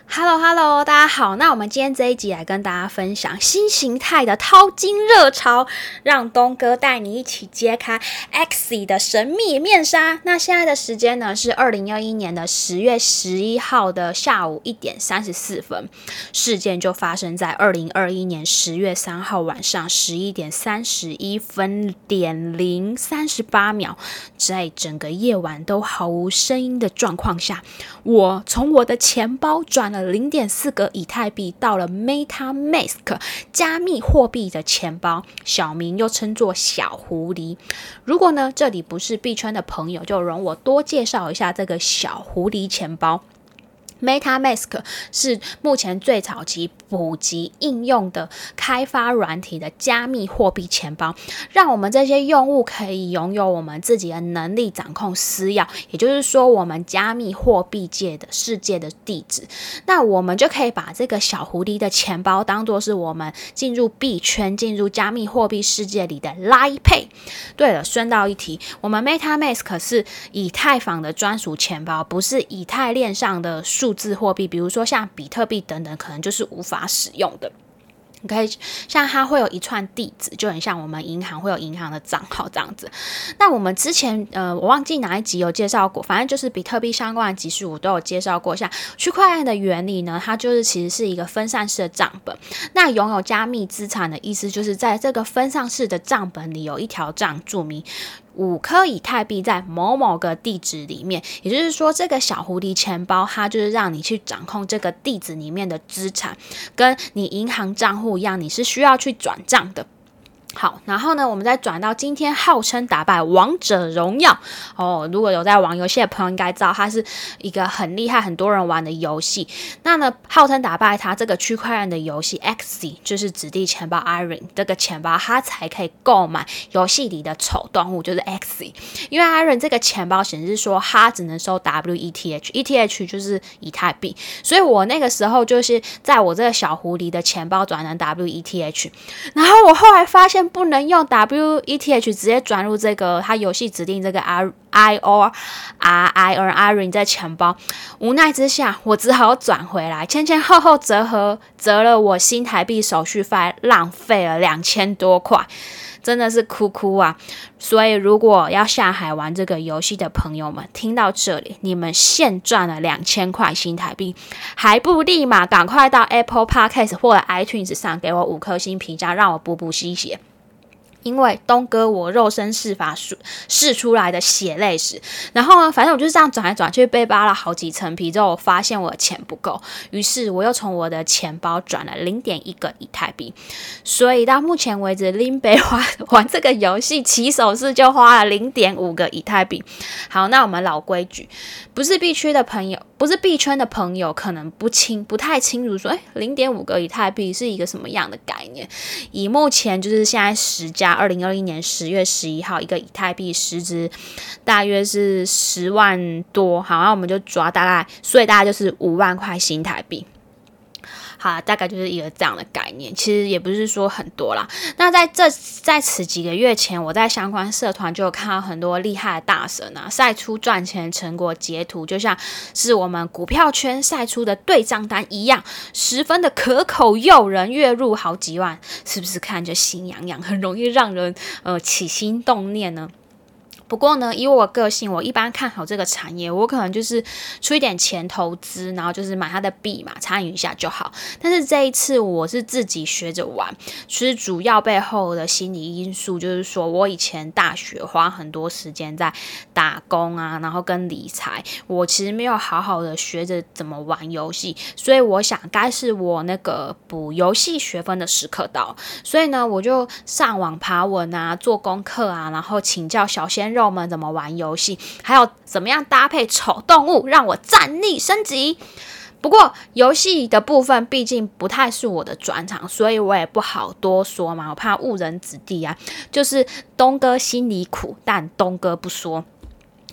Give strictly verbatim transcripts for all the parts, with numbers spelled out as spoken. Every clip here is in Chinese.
Hello Hello， 大家好。那我们今天这一集来跟大家分享新形态的淘金热潮，让东哥带你一起揭开 X I 的神秘面纱。那现在的时间呢是二零二一年的十月十一号的下午一点三十四分，事件就发生在二零二一年十月三号晚上十一点三十一分点零三十八秒，在整个夜晚都毫无声音的状况下，我从我的钱包转了零点四个以太币到了 MetaMask 加密货币的钱包，小名又称作小狐狸。如果呢这里不是币圈的朋友，就容我多介绍一下这个小狐狸钱包。MetaMask 是目前最早期普及应用的开发软体的加密货币钱包，让我们这些用户可以拥有我们自己的能力，掌控私钥，也就是说我们加密货币界的世界的地址。那我们就可以把这个小狐狸的钱包当作是我们进入币圈、进入加密货币世界里的 Line Pay。 对了，顺道一提，我们 MetaMask 是以太坊的专属钱包，不是以太链上的数数字货币，比如说像比特币等等，可能就是无法使用的。OK， 像它会有一串地址，就很像我们银行会有银行的账号这样子。那我们之前呃，我忘记哪一集有介绍过，反正就是比特币相关的集数我都有介绍过。像区块链的原理呢，它就是其实是一个分散式的账本。那拥有加密资产的意思，就是在这个分散式的账本里有一条账注明五颗以太币在某某个地址里面，也就是说这个小狐狸钱包它就是让你去掌控这个地址里面的资产，跟你银行账户一样，你是需要去转账的。好，然后呢我们再转到今天号称打败王者荣耀哦，如果有在玩游戏的朋友应该知道，它是一个很厉害很多人玩的游戏。那呢号称打败它这个区块链的游戏 X I 就是纸地钱包 Iron 这个钱包，它才可以购买游戏里的丑动物，就是 X I。 因为 Iron 这个钱包显示说它只能收 W E T H， E T H 就是以太币，所以我那个时候就是在我这个小狐狸的钱包转成 W E T H， 然后我后来发现不能用 W E T H 直接转入这个它游戏指定这个 I O R I N Iron 在钱包，无奈之下我只好转回来，前前后后折合折了我新台币手续费，浪费了两千多块，真的是哭哭啊！所以如果要下海玩这个游戏的朋友们，听到这里，你们现赚了两千块新台币，还不立马赶快到 Apple Podcast 或者 iTunes 上给我五颗星评价，让我补补吸血。因为东哥我肉身试法试出来的血泪史，然后呢反正我就是这样转来转去，被扒了好几层皮之后，我发现我的钱不够，于是我又从我的钱包转了 零点一个以太币，所以到目前为止林北花玩这个游戏起手式就花了 零点五个以太币。好，那我们老规矩，不是币区的朋友，不是币圈的朋友可能不清不太清楚说，诶 零点五个以太币是一个什么样的概念。以目前就是现在时价二零二一年十月十一号，一个以太币实值大约是十万多，好，那我们就抓大概，所以大概就是五万块新台币。好，大概就是一个这样的概念，其实也不是说很多啦。那在这在此几个月前，我在相关社团就有看到很多厉害的大神啊，晒出赚钱成果截图，就像是我们股票圈晒出的对账单一样，十分的可口诱人，月入好几万，是不是看着心痒痒，很容易让人呃起心动念呢？不过呢，以我个性，我一般看好这个产业，我可能就是出一点钱投资，然后就是买它的币嘛，参与一下就好。但是这一次我是自己学着玩，其实主要背后的心理因素就是说，我以前大学花很多时间在打工啊，然后跟理财，我其实没有好好的学着怎么玩游戏，所以我想该是我那个补游戏学分的时刻到，所以呢，我就上网爬文啊，做功课啊，然后请教小鲜肉们怎么玩游戏，还有怎么样搭配丑动物让我战力升级。不过游戏的部分毕竟不太是我的专长，所以我也不好多说嘛，我怕误人子弟啊。就是东哥心里苦，但东哥不说。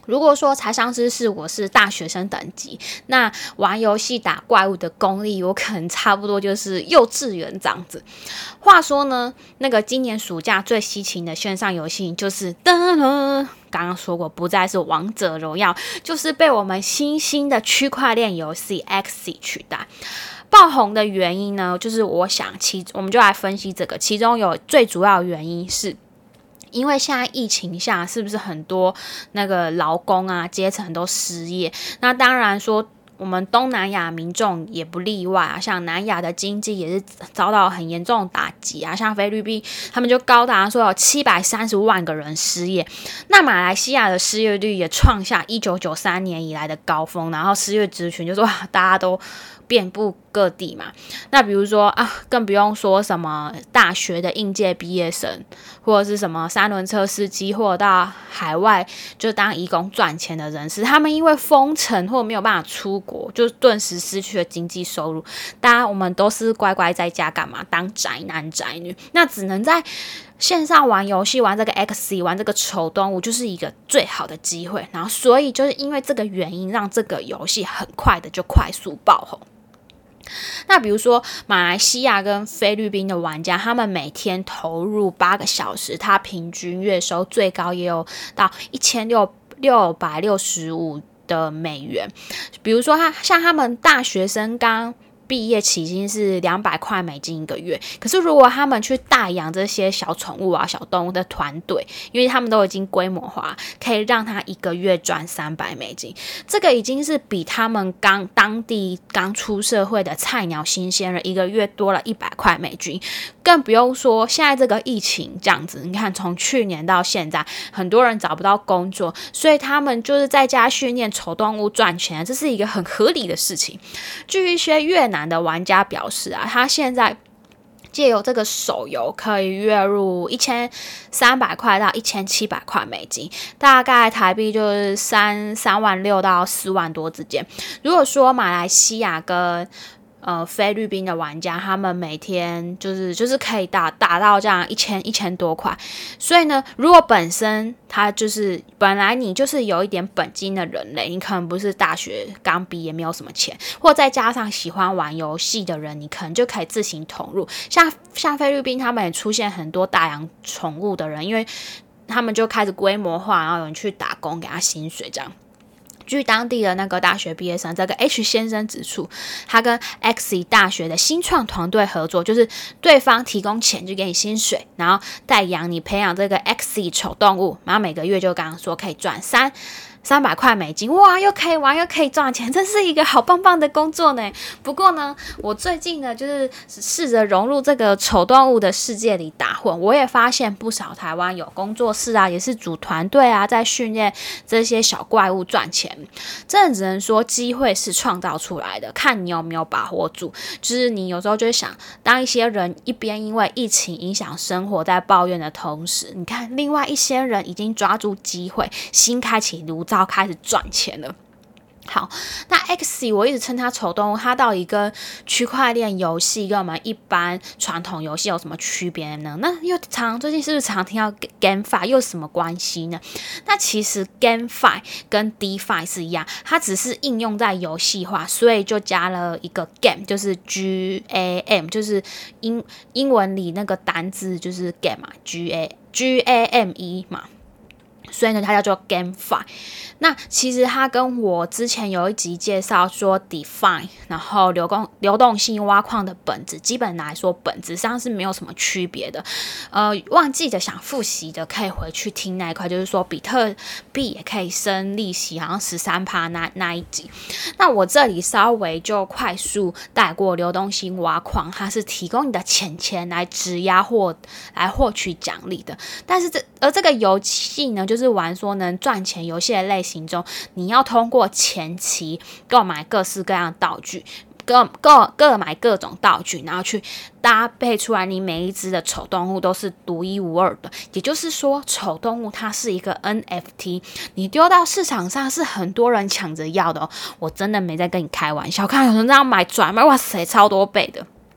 如果说财商知识我是大学生等级，那玩游戏打怪物的功力我可能差不多就是幼稚园这样子。话说呢，那个今年暑假最吸睛的线上游戏就是噔噔，刚刚说过不再是王者荣耀，就是被我们新兴的区块链游戏 X 取代。爆红的原因呢，就是我想其我们就来分析这个，其中有最主要的原因是因为现在疫情下，是不是很多那个劳工啊阶层都失业？那当然说，我们东南亚民众也不例外啊。像南亚的经济也是遭到很严重的打击啊，像菲律宾，他们就高达说有七百三十万个人失业。那马来西亚的失业率也创下一九九三年以来的高峰，然后失业族群就说大家都遍布各地嘛。那比如说啊，更不用说什么大学的应届毕业生，或者是什么三轮车司机，或者到海外就当义工赚钱的人士，他们因为封城或没有办法出国，就顿时失去了经济收入。大家我们都是乖乖在家干嘛？当宅男宅女，那只能在线上玩游戏，玩这个 X C， 玩这个丑动物，就是一个最好的机会。然后，所以就是因为这个原因，让这个游戏很快的就快速爆红。那比如说马来西亚跟菲律宾的玩家，他们每天投入八个小时，他平均月收最高也有到一千六百六十五的美元。比如说他像他们大学生刚毕业起薪是两百块美金一个月，可是如果他们去代养这些小宠物啊、小动物的团队，因为他们都已经规模化，可以让他一个月赚三百美金。这个已经是比他们刚当地刚出社会的菜鸟新鲜人一个月多了一百块美金。更不用说现在这个疫情这样子，你看从去年到现在，很多人找不到工作，所以他们就是在家训练丑动物赚钱，这是一个很合理的事情。据一些越南的玩家表示啊，他现在借由这个手游可以月入一千三百块到一千七百块美金，大概台币就是三三万六到四万多之间。如果说马来西亚跟呃，菲律宾的玩家，他们每天就是就是可以打打到这样一千一千多块，所以呢，如果本身他就是本来你就是有一点本金的人类，你可能不是大学刚毕业没有什么钱，或再加上喜欢玩游戏的人，你可能就可以自行投入。像像菲律宾，他们也出现很多大养宠物的人，因为他们就开始规模化，然后有人去打工给他薪水这样。据当地的那个大学毕业生这个 H 先生指出，他跟 X 大学的新创团队合作，就是对方提供钱就给你薪水，然后代养你培养这个 X 丑动物，然后每个月就刚刚说可以赚三三百块美金，哇，又可以玩又可以赚钱，这是一个好棒棒的工作呢。不过呢，我最近呢就是试着融入这个丑动物的世界里打混，我也发现不少台湾有工作室啊，也是组团队啊，在训练这些小怪物赚钱。真的只能说机会是创造出来的，看你有没有把握住。就是你有时候就会想，当一些人一边因为疫情影响生活在抱怨的同时，你看另外一些人已经抓住机会，新开启炉灶开始赚钱了。好，那 X 我一直称它丑动物，它到底跟区块链游戏跟我们一般传统游戏有什么区别呢？那又常最近是不是常听到 GameFi 又有什么关系呢？那其实 GameFi 跟 DeFi 是一样，它只是应用在游戏化，所以就加了一个 Game， 就是 G A M， 就是英英文里那个单字就是 Game 嘛 ，G A G A M E 嘛。所以呢，它叫做 GameFi。那其实它跟我之前有一集介绍说 DeFi， 然后流动流动性挖矿的本质，基本来说本质上是没有什么区别的。呃，忘记的想复习的可以回去听那一块，就是说比特币也可以生利息，好像 百分之十三 那那一集。那我这里稍微就快速带过流动性挖矿，它是提供你的钱钱来质押或来获取奖励的。但是这而这个游戏呢，就是玩说能赚钱游戏的类型中，你要通过前期购买各式各样的道具，各各各买各种道具，然后去搭配出来，你每一只的丑动物都是独一无二的。也就是说，丑动物它是一个 N F T， 你丢到市场上是很多人抢着要的哦。我真的没在跟你开玩笑，看有人这样买转卖，哇塞，超多倍的。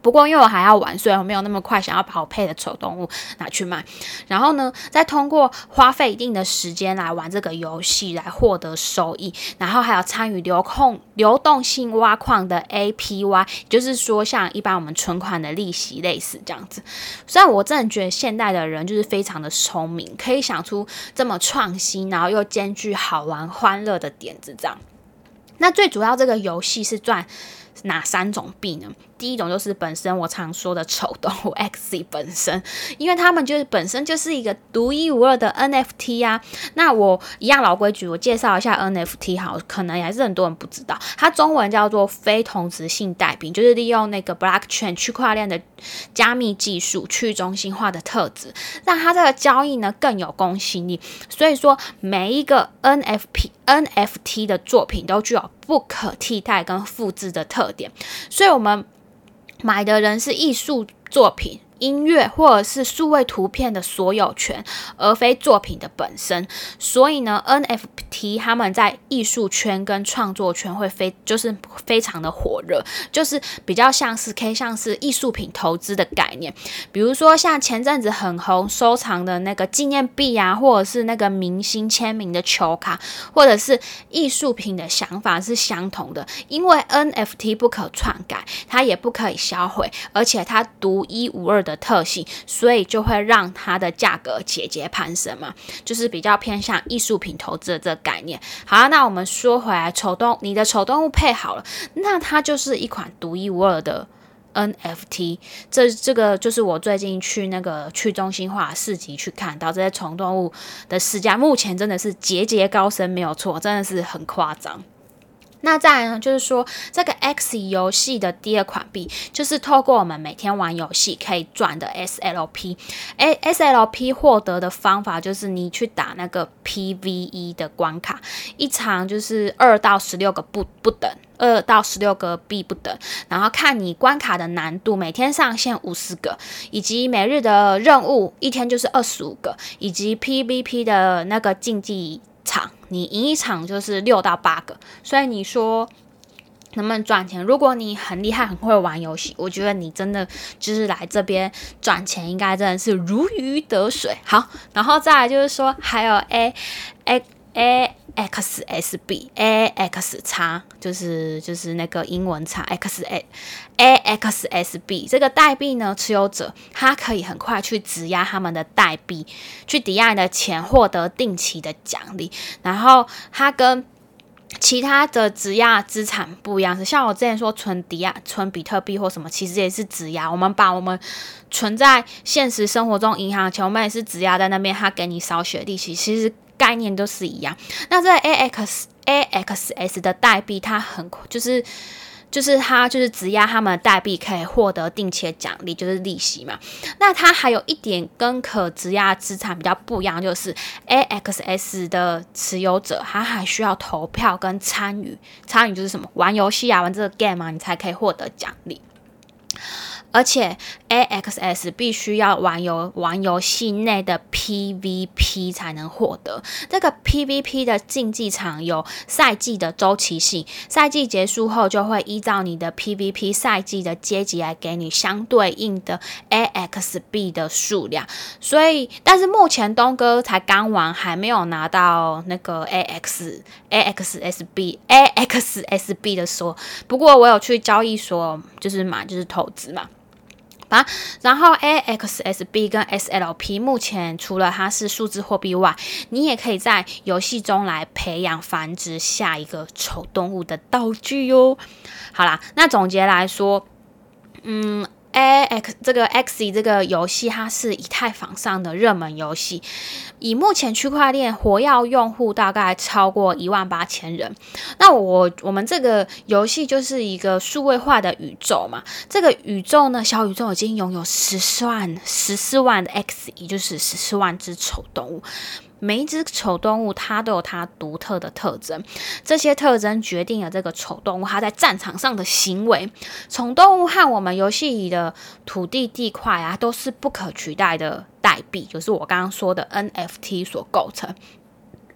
不过因为我还要玩，所以我没有那么快想要把我配的丑动物拿去卖。然后呢，再通过花费一定的时间来玩这个游戏来获得收益，然后还有参与流控流动性挖矿的 A P Y， 也就是说像一般我们存款的利息类似这样子。虽然我真的觉得现代的人就是非常的聪明，可以想出这么创新，然后又兼具好玩欢乐的点子这样。那最主要这个游戏是赚哪三种币呢？第一种就是本身我常说的丑动物 X Y 本身，因为他们就是本身就是一个独一无二的 N F T 啊。那我一样老规矩，我介绍一下 N F T 好，可能还是很多人不知道，它中文叫做非同质性代币，就是利用那个 blockchain 区块链的加密技术、去中心化的特质，让它这个交易呢更有公信力。所以说，每一个 N F T N F T 的作品都具有不可替代跟复制的特点，所以我们买的人是艺术作品、音乐或者是数位图片的所有权，而非作品的本身。所以呢 N F T 他们在艺术圈跟创作圈会非就是非常的火热，就是比较像是可以像是艺术品投资的概念。比如说像前阵子很红收藏的那个纪念币啊，或者是那个明星签名的球卡，或者是艺术品的想法是相同的。因为 N F T 不可篡改，它也不可以销毁，而且它独一无二的特性，所以就会让它的价格节节攀升嘛，就是比较偏向艺术品投资的这个概念。好，那我们说回来，丑动你的丑动物配好了，那它就是一款独一无二的 N F T。 这这个就是我最近去那个去中心化市集去看到这些丑动物的市价，目前真的是节节高升，没有错，真的是很夸张。那再来呢，就是说这个 X 游戏的第二款币，就是透过我们每天玩游戏可以赚的 S L P。S L P 获得的方法就是你去打那个 P V E 的关卡，一场就是二到十六个不不等。二到十六个币不等，然后看你关卡的难度，每天上限五十个，以及每日的任务一天就是二十五个，以及 P V P 的那个竞技场，你赢一场就是六到八个。所以你说能不能赚钱？如果你很厉害很会玩游戏，我觉得你真的就是来这边赚钱应该真的是如鱼得水。好，然后再来就是说还有 A A A X S B A X X 就是就是那个英文差 X A X S B 这个代币呢，持有者他可以很快去质押他们的代币，去抵押你的钱，获得定期的奖励。然后它跟其他的质押资产不一样，是像我之前说存抵押、存比特币或什么，其实也是质押。我们把我们存在现实生活中银行的钱，我们也是质押在那边，他给你少许的利息，其实概念都是一样。那这 A X A X S 的代币，它很就是就是它就是质押他们的代币可以获得定期的奖励，就是利息嘛。那它还有一点跟可质押资产比较不一样，就是 A X S 的持有者他还需要投票跟参与，参与就是什么玩游戏啊，玩这个 game 啊，你才可以获得奖励。而且 A X S 必须要玩游玩游戏内的 P V P 才能获得。这个 P V P 的竞技场有赛季的周期性，赛季结束后就会依照你的 P V P 赛季的阶级来给你相对应的 A X 币的数量。所以，但是目前东哥才刚玩，还没有拿到那个 A X A X S B A X S B 的说。不过我有去交易所，就是买，就是投资嘛。啊，然后 A X S B 跟 S L P 目前除了它是数字货币外，你也可以在游戏中来培养繁殖下一个丑动物的道具哟。好啦，那总结来说，嗯。A X 这个 X 这个游戏，它是以太坊上的热门游戏，以目前区块链活跃用户大概超过一万八千人。那我我们这个游戏就是一个数位化的宇宙嘛，这个宇宙呢，小宇宙已经拥有十四万十四万的 X， 也就是十四万只丑动物。每一只丑动物它都有它独特的特征，这些特征决定了这个丑动物它在战场上的行为。丑动物和我们游戏里的土地地块啊，都是不可取代的代币，就是我刚刚说的 N F T 所构成。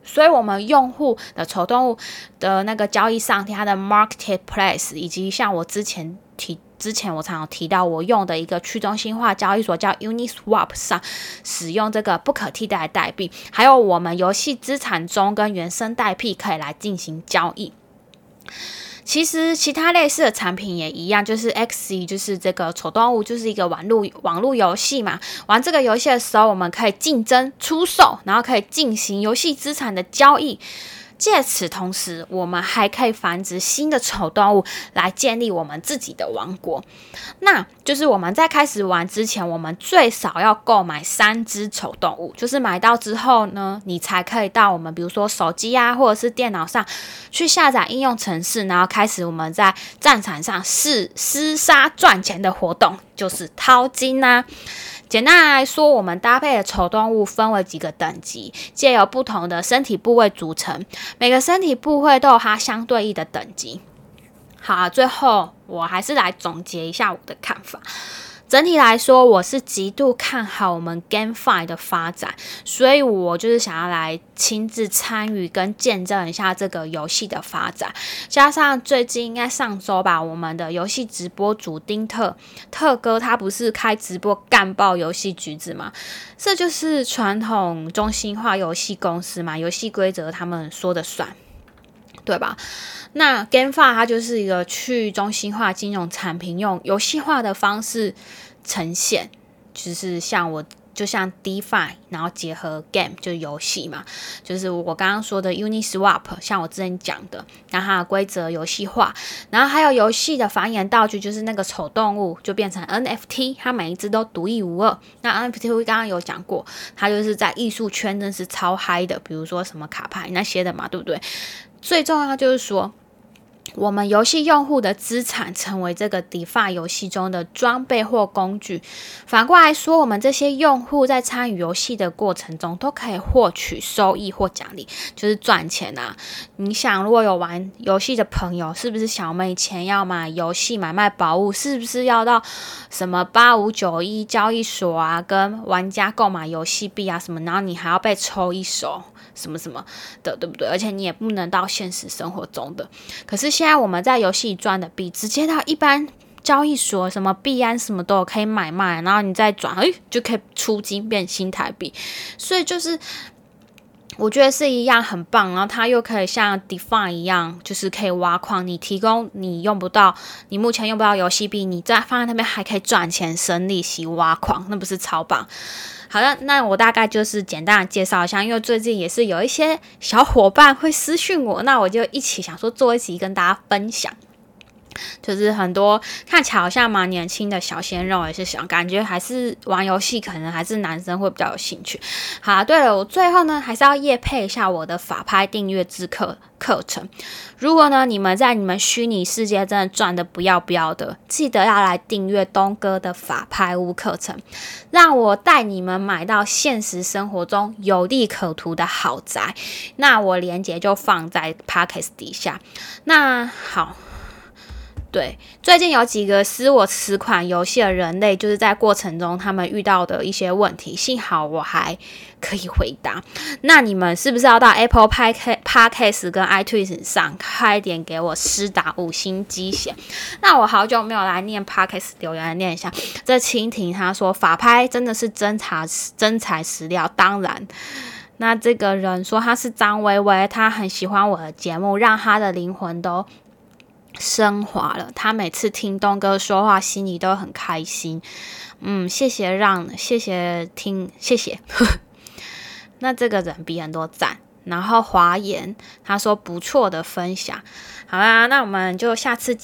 所以我们用户的丑动物的那个交易上，它的 marketplace， 以及像我之前提之前我常常提到我用的一个去中心化交易所叫 Uniswap 上使用这个不可替代的代币，还有我们游戏资产中跟原生代币可以来进行交易。其实其他类似的产品也一样，就是 X E 就是这个丑动物，就是一个网络网络游戏嘛。玩这个游戏的时候，我们可以竞争、出售，然后可以进行游戏资产的交易。借此同时，我们还可以繁殖新的丑动物来建立我们自己的王国。那就是我们在开始玩之前，我们最少要购买三只丑动物，就是买到之后呢，你才可以到我们比如说手机啊，或者是电脑上去下载应用程式，然后开始我们在战场上厮厮杀赚钱的活动，就是淘金啊。简单来说，我们搭配的丑动物分为几个等级，藉由不同的身体部位组成，每个身体部位都有它相对应的等级。好啊，最后我还是来总结一下我的看法。整体来说，我是极度看好我们 GameFi 的发展，所以我就是想要来亲自参与跟见证一下这个游戏的发展。加上最近应该上周吧，我们的游戏直播主丁特特哥他不是开直播干爆游戏橘子吗？这就是传统中心化游戏公司嘛，游戏规则他们说的算，对吧？那 GameFi 它就是一个去中心化金融产品，用游戏化的方式呈现，就是像我就像 DeFi， 然后结合 Game 就是游戏嘛，就是我刚刚说的 Uniswap， 像我之前讲的，让它的规则游戏化，然后还有游戏的繁衍道具，就是那个丑动物就变成 N F T， 它每一只都独一无二。那 N F T 我刚刚有讲过，它就是在艺术圈真是超嗨的，比如说什么卡牌那些的嘛，对不对？最重要就是说，我们游戏用户的资产成为这个 DeFi 游戏中的装备或工具。反过来说，我们这些用户在参与游戏的过程中都可以获取收益或奖励，就是赚钱啊。你想，如果有玩游戏的朋友，是不是想我们以前要买游戏买卖宝物，是不是要到什么八五九一交易所啊，跟玩家购买游戏币啊什么，然后你还要被抽一手什么什么的，对不对？而且你也不能到现实生活中的。可是现在我们在游戏里赚的币，直接到一般交易所，什么币安什么都有可以买卖，然后你再转，哎，就可以出金变新台币。所以就是我觉得是一样很棒，然后它又可以像 DeFi 一样，就是可以挖矿，你提供你用不到，你目前用不到游戏币，你再放在那边还可以赚钱生利息挖矿，那不是超棒？好的，那我大概就是简单的介绍一下，因为最近也是有一些小伙伴会私讯我，那我就一起想说做一集跟大家分享。就是很多看起来好像蛮年轻的小鲜肉，也是想感觉还是玩游戏可能还是男生会比较有兴趣。好，对了，我最后呢还是要业配一下我的法拍订阅制课课程。如果呢你们在你们虚拟世界真的赚的不要不要的，记得要来订阅东哥的法拍屋课程，让我带你们买到现实生活中有利可图的豪宅。那我连结就放在 Podcast 底下。那好。对，最近有几个私我此款游戏的人类，就是在过程中他们遇到的一些问题，幸好我还可以回答。那你们是不是要到 Apple Podcast 跟 iTunes 上快点给我施打五星鸡血？那我好久没有来念 Podcast 留言，念一下。这蜻蜓他说法拍真的是真材真材实料，当然。那这个人说他是张薇薇，他很喜欢我的节目，让他的灵魂都升华了，他每次听东哥说话心里都很开心。嗯，谢谢让谢谢听谢谢那这个人比很多赞。然后华言他说不错的分享。好啦，那我们就下次见。